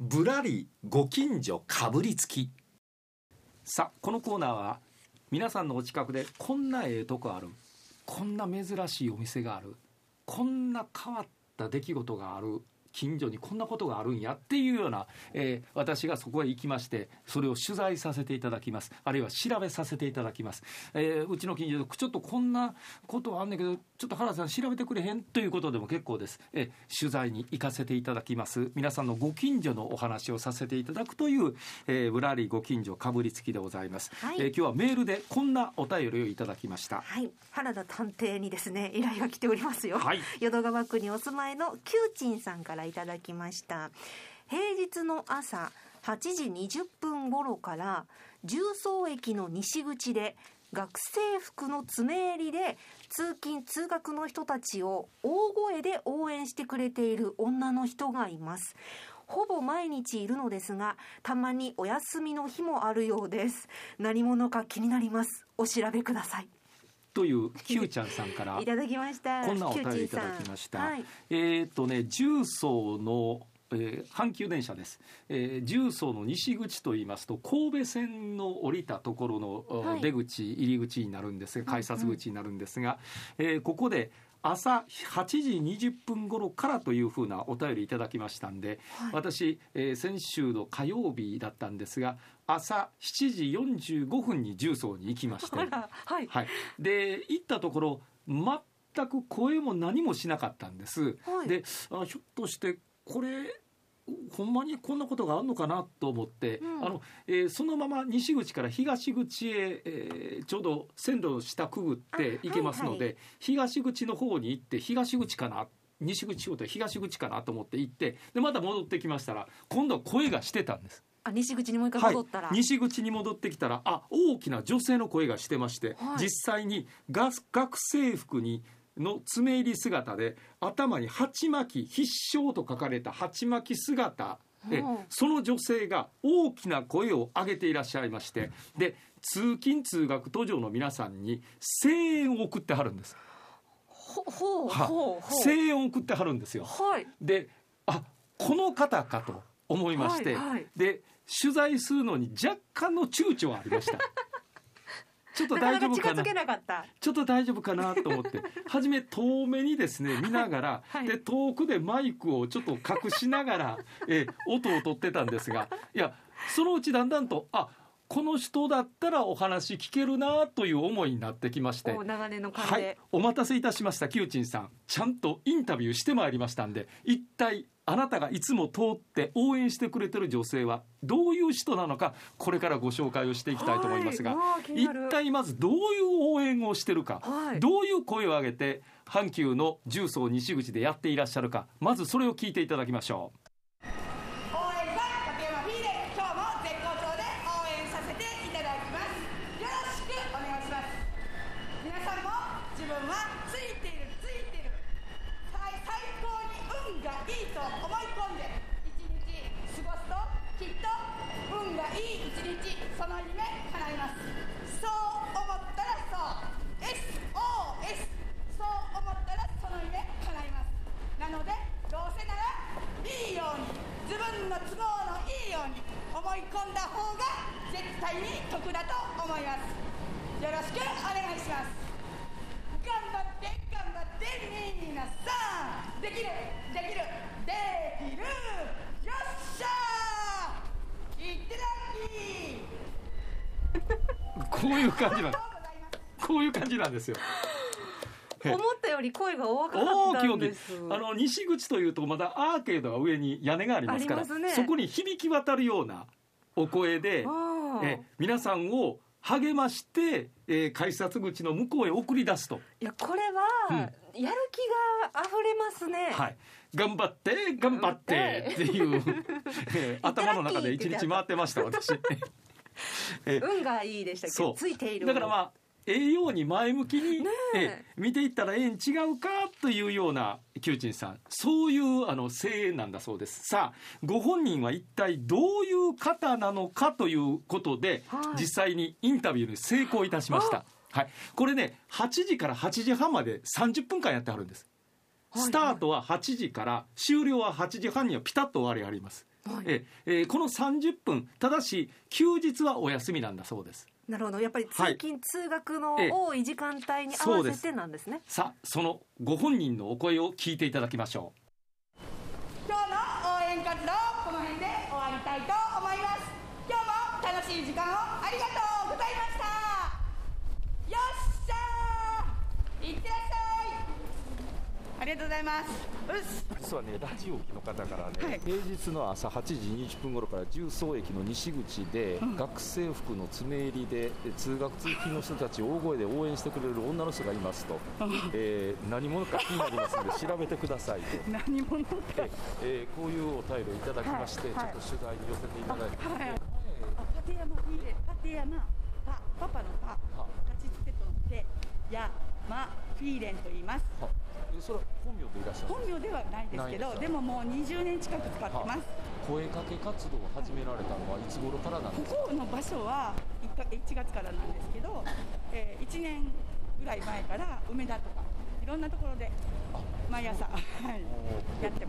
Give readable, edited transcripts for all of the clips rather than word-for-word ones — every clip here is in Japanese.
ぶらりご近所かぶりつき。さあこのコーナーは皆さんのお近くでこんなとこある、こんな珍しいお店がある、こんな変わった出来事がある、近所にこんなことがあるんやっていうような、私がそこへ行きましてそれを取材させていただきます。あるいは調べさせていただきます。うちの近所でちょっとこんなことあんねんけどちょっと原田さん調べてくれへんということでも結構です。取材に行かせていただきます。皆さんのご近所のお話をさせていただくという、ぶらりご近所かぶりつきでございます。 はい、 今日はメールでこんなお便りをいただきました。 はい、原田探偵にですね依頼が来ておりますよ。 はい、 淀川区にお住まいのキューチンさんからいただきました。平日の朝8時20分頃から十三駅の西口で学生服の詰め襟で通勤通学の人たちを大声で応援してくれている女の人がいます。ほぼ毎日いるのですがたまにお休みの日もあるようです。何者か気になります。お調べくださいというキューちゃんさんからいただきました。 こんなお便りいただきました。 はい、 十三の阪急電車です。十三の西口といいますと神戸線の降りたところの出口、入り口になるんですが、改札口になるんですが、ここで朝8時20分頃からというふうなお便りいただきましたんで、はい、私、先週の火曜日だったんですが朝7時45分に十三に行きまして、 はいはい、で行ったところ全く声も何もしなかったんです。はい、でひょっとしてこれほんまにこんなことがあるのかなと思って、そのまま西口から東口へ、ちょうど線路の下くぐって行けますので、はいはい、東口の方に行って東口かな西口を東口かなと思って行ってでまた戻ってきましたら今度は声がしてたんです。 西口にもう一回戻ったら、 はい、西口に戻ってきたら大きな女性の声がしてまして、はい、実際に学生服にの詰め入り姿で頭に鉢巻き必勝と書かれた鉢巻き姿でその女性が大きな声を上げていらっしゃいまして、で通勤通学途上の皆さんに声援を送ってはるんです。声援を送ってはるんですよ。はい、でこの方かと思いまして、はいはい、で取材するのに若干の躊躇がありました。ちょっと大丈夫かな、ちょっと大丈夫かなと思って初め遠目にですね見ながら、はい、で遠くでマイクをちょっと隠しながら音を取ってたんですが、いやそのうちだんだんとこの人だったらお話聞けるなという思いになってきまして、 長年の勘で、 はい、お待たせいたしました。キューチンさんちゃんとインタビューしてまいりましたんで、一体あなたがいつも通って応援してくれてる女性はどういう人なのかこれからご紹介をしていきたいと思いますが、一体まずどういう応援をしてるか、どういう声を上げて阪急の十三西口でやっていらっしゃるか、まずそれを聞いていただきましょう。 その夢叶います。そう思ったらそう SOS そう思ったらその夢叶います。なのでどうせならいいように自分の都合のいいように思い込んだ方が絶対に得だと思います。よろしくお願いします。頑張って頑張って皆さん、できるできるできる、よっしゃー、いってらっきー。 こういう感じなんこういう感じなんですよ。 思ったより声が大きかったんです。 西口というとまだアーケードが上に屋根がありますから、そこに響き渡るようなお声で皆さんを励まして、改札口の向こうへ送り出すと。 いやこれは、やる気があふれますね。 はい、頑張って頑張ってっていう頭の中で一日回ってました私。 運がいいでしたっけ。そうついている。 だからように前向きに、見ていったら違うかというようなキューチンさん、そういう声援なんだそうです。さあご本人は一体どういう方なのかということで、実際にインタビューに成功いたしました。はい、これね8時から8時半まで30分間やってあるんです。スタートは8時から終了は8時半にはピタッと終わりあります。 はい、 この30分ただし休日はお休みなんだそうです。 なるほど、やっぱり通勤、通学の多い時間帯に合わせてなんですね。 さあそのご本人のお声を聞いていただきましょう。 今日の応援活動この辺で終わりたいと思います。今日も楽しい時間をありがとうございました。よっしゃー、いってらっしゃい。ありがとうございます。 実はね、ラジオ機の方からね、 はい、 平日の朝8時20分頃から重曹駅の西口で、学生服の詰め入りで通学通勤の人たちを大声で応援してくれる女の人がいますと、何者か気になりますので調べてくださいと何者か、 こういうお便りをいただきまして、ちょっと取材に寄せていただいて、 パテヤマフィーレ、パテヤマ、パパのパ、立ちつてとの手、ヤマフィーレンと言います。 それは本名でいらっしゃる？ 本名ではないですけど、でももう20年近く使ってます。 声かけ活動を始められたのはいつ頃からなんですか？ ここの場所は1月からなんですけど、1年ぐらい前から梅田とかいろんなところで毎朝、やってます。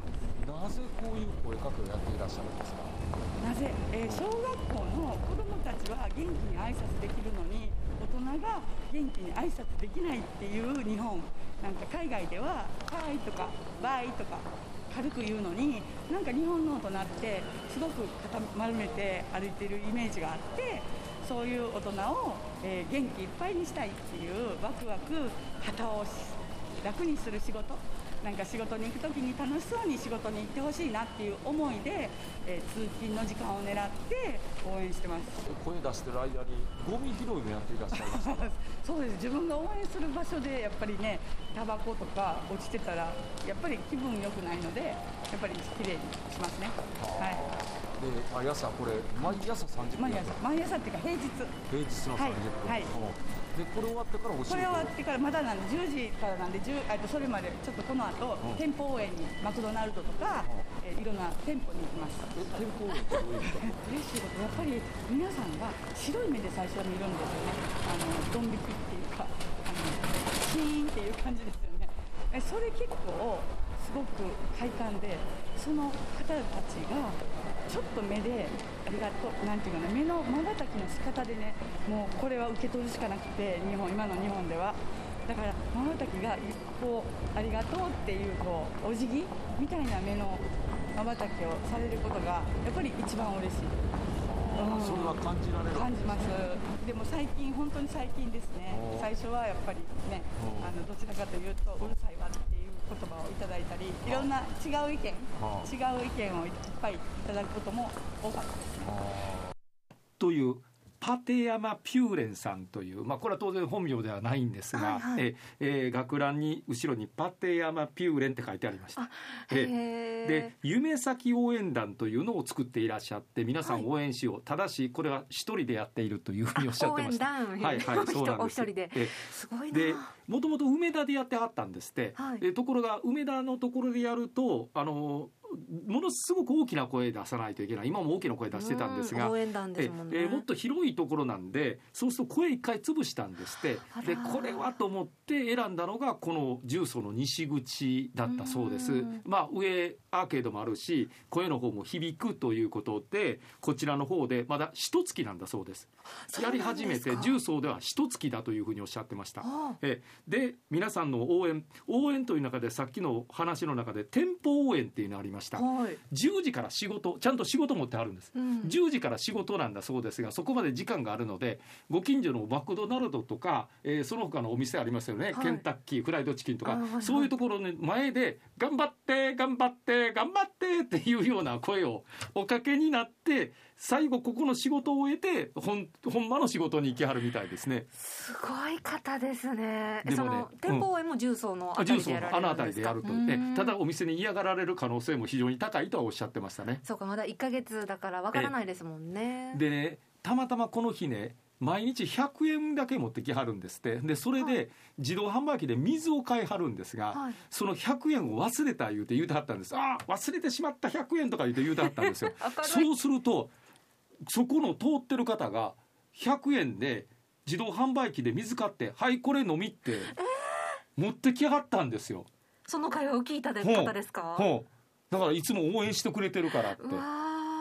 なぜこういう声かけをやっていらっしゃるんですか？ なぜ、小学校の子どもたちは元気に挨拶できるのに大人が元気に挨拶できないっていう日本、なんか海外でははいとかバイとか軽く言うのに、なんか日本の大人ってすごく肩丸めて歩いてるイメージがあって、そういう大人を、元気いっぱいにしたいっていうワクワク旗を楽にする仕事、なんか仕事に行くときに楽しそうに仕事に行ってほしいなっていう思いで、通勤の時間を狙って応援してます。 声出してる間にゴミ拾いもやっていらっしゃいますか？ そうです、自分が応援する場所でやっぱりね、タバコとか落ちてたらやっぱり気分良くないので、やっぱりきれいにしますね。はい。 で毎朝これ毎朝30分、 毎朝っていうか平日の30分、 はい、 でこれ終わってからお仕事、 これ終わってからまだなんで10時からなんでそれまでちょっとこの後、店舗応援にマクドナルドとか、いろんな店舗に行きます。 店舗応援ってどういう意味か嬉しいこと、やっぱり皆さんが白い目で最初は見るんですよね。ドン引きっていうかシーンっていう感じですよね。それ結構すごく快感で、その方たちがちょっと目でありがとうなんていうかね、目の瞬きの仕方でね、もうこれは受け取るしかなくて、今の日本ではだから瞬きがこうありがとうっていうこうお辞儀みたいな目の瞬きをされることがやっぱり一番嬉しい。 それは感じられる？ 感じます。でも最近、本当に最近ですね。最初はやっぱりね、どちらかというとうるさいわっていう言葉をいただいたり、いろんな違う意見をいっぱいいただくことも多かったですね。 というパテヤマピューレンさんという、これは当然本名ではないんですが、学ランに後ろにパテヤマピューレンって書いてありました。で夢咲応援団というのを作っていらっしゃって、皆さん応援しよう、ただしこれは一人でやっているというふうにおっしゃってました。 応援団、そうなんです。お一人ですごいな。 でもともと梅田でやってはったんですって、ところが梅田のところでやるとものすごく大きな声出さないといけない。今も大きな声出してたんですが、 応援団ですもんね。 もっと広いところなんで、そうすると声一回潰したんですって。でこれはと思って選んだのがこの重曹の西口だったそうです。上アーケードもあるし、声の方も響くということで、こちらの方でまだ一月なんだそうです。やり始めて重曹では一月だというふうにおっしゃってました。で皆さんの応援という中で、さっきの話の中で店舗応援っていうのがありました。10時から仕事、ちゃんと仕事持ってあるんです、10時から仕事なんだそうですが、そこまで時間があるので、ご近所のマクドナルドとか、その他のお店ありますよね、ケンタッキーフライドチキンとか、そういうところの前で頑張って頑張って頑張ってっていうような声をおかけになって、最後ここの仕事を終えてほんまの仕事に行きはるみたいですね。 すごい方ですね。 でもね、 その店舗応援も重曹のあたりでやられるんですか？ あのあたりでやると、ただお店に嫌がられる可能性も非常に高いとはおっしゃってましたね。 そうか、まだ1ヶ月だからわからないですもんね。 でね、たまたまこの日ね、毎日100円だけ持ってきはるんですって。でそれで自動販売機で水を買いはるんですが、その100円を忘れた言うてはったんです。忘れてしまった100円とか言うてはったんですよそうするとそこの通ってる方が100円で自動販売機で水買って、はいこれ飲みって持ってきはったんですよ。 その会話を聞いた方ですか？ だからいつも応援してくれてるからって。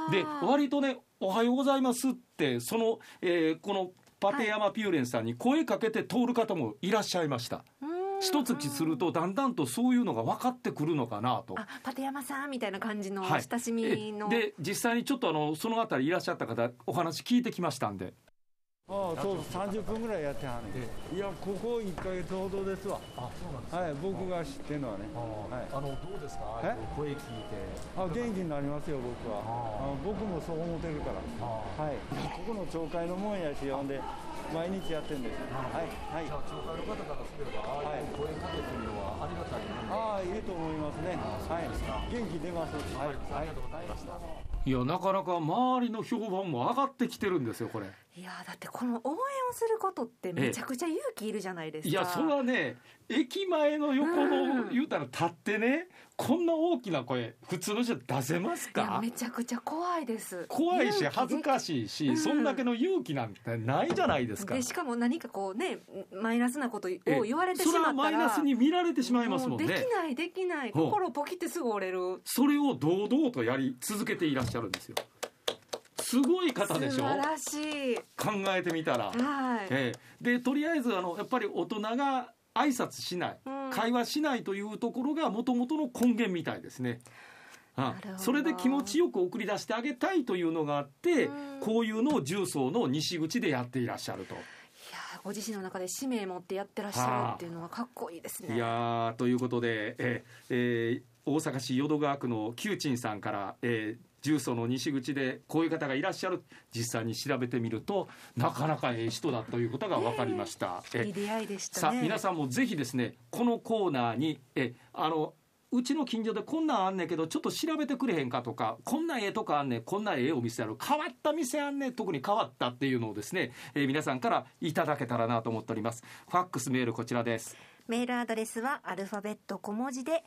で割とねおはようございますってその、このパテ山ピューレンさんに声かけて通る方もいらっしゃいました。一月するとだんだんとそういうのが分かってくるのかなと。 パテ山さんみたいな感じの親しみの、 で実際にちょっとそのあたりいらっしゃった方お話聞いてきましたんで。 そう30分ぐらいやってはんねん。いやここ1ヶ月ほどですわ。 そうなんですか。 はい、僕が知ってるのはね。 どうですか声聞いて。 元気になりますよ僕は。僕もそう思ってるから。はい。ここの町会のもんやし、ほんで毎日やってるんです。はいはい。 じゃあ町会の方からすれば声かけてみるのはありがたいもんで。 いいと思いますね。はい。元気出ます。はい。 ありがとうございました。 いやなかなか周りの評判も上がってきてるんですよこれ。 いやだってこの応援をすることってめちゃくちゃ勇気いるじゃないですか。 いやそれはね駅前の横の言うたら立ってねこんな大きな声普通の人出せますか。 いやめちゃくちゃ怖いです。 怖いし恥ずかしいし、そんだけの勇気なんてないじゃないですか。 でしかも何かこうねマイナスなことを言われてしまったらそれはマイナスに見られてしまいますもんね。 もうできない心ポキってすぐ折れる。 それを堂々とやり続けていらっしゃるんですよ。すごい方でしょ。 素晴らしい。 考えてみたら、でとりあえずやっぱり大人が挨拶しない、会話しないというところがもともとの根源みたいですね。それで気持ちよく送り出してあげたいというのがあって、こういうのを重曹の西口でやっていらっしゃると。 いやご自身の中で使命持ってやってらっしゃるっていうのはかっこいいですね。 いやということで、大阪市淀川区のキューチンさんから、重曹の西口でこういう方がいらっしゃる、実際に調べてみるとなかなか人だということが分かりました。 いい出会いでしたね。 さあ皆さんもぜひですねこのコーナーにうちの近所でこんなんあんねんけどちょっと調べてくれへんかとか、こんなとかあんねん、こんなお店ある、変わった店あんねん、特に変わったっていうのをですね、皆さんからいただけたらなと思っております。ファックスメールこちらです。 メールアドレスはアルファベット小文字で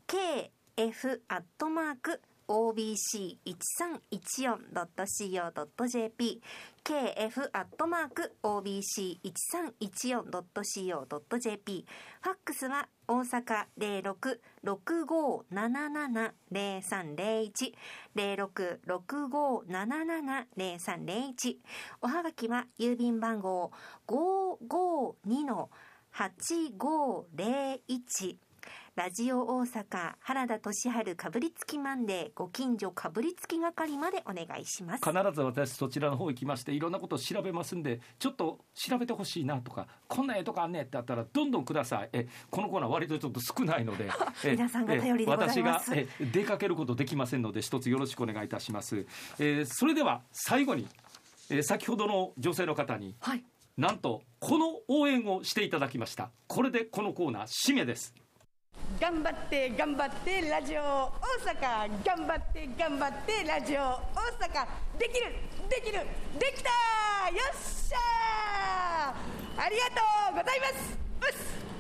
kf@obc1314.co.jp kf@obc1314.co.jp ファックスは大阪 0665770301 0665770301おはがきは郵便番号 552-8501ラジオ大阪原田俊治かぶりつきマンデーご近所かぶりつき係までお願いします。 必ず私そちらの方行きましていろんなことを調べますんで、ちょっと調べてほしいなとかこんなとかあんねってあったらどんどんください。このコーナー割とちょっと少ないので皆さんが頼りでございます。 私が出かけることできませんので一つよろしくお願いいたします。それでは最後に、先ほどの女性の方に、なんとこの応援をしていただきました。これでこのコーナー締めです。 頑張って頑張ってラジオ大阪、頑張って頑張ってラジオ大阪、できるできるできた、よっしゃー、ありがとうございます。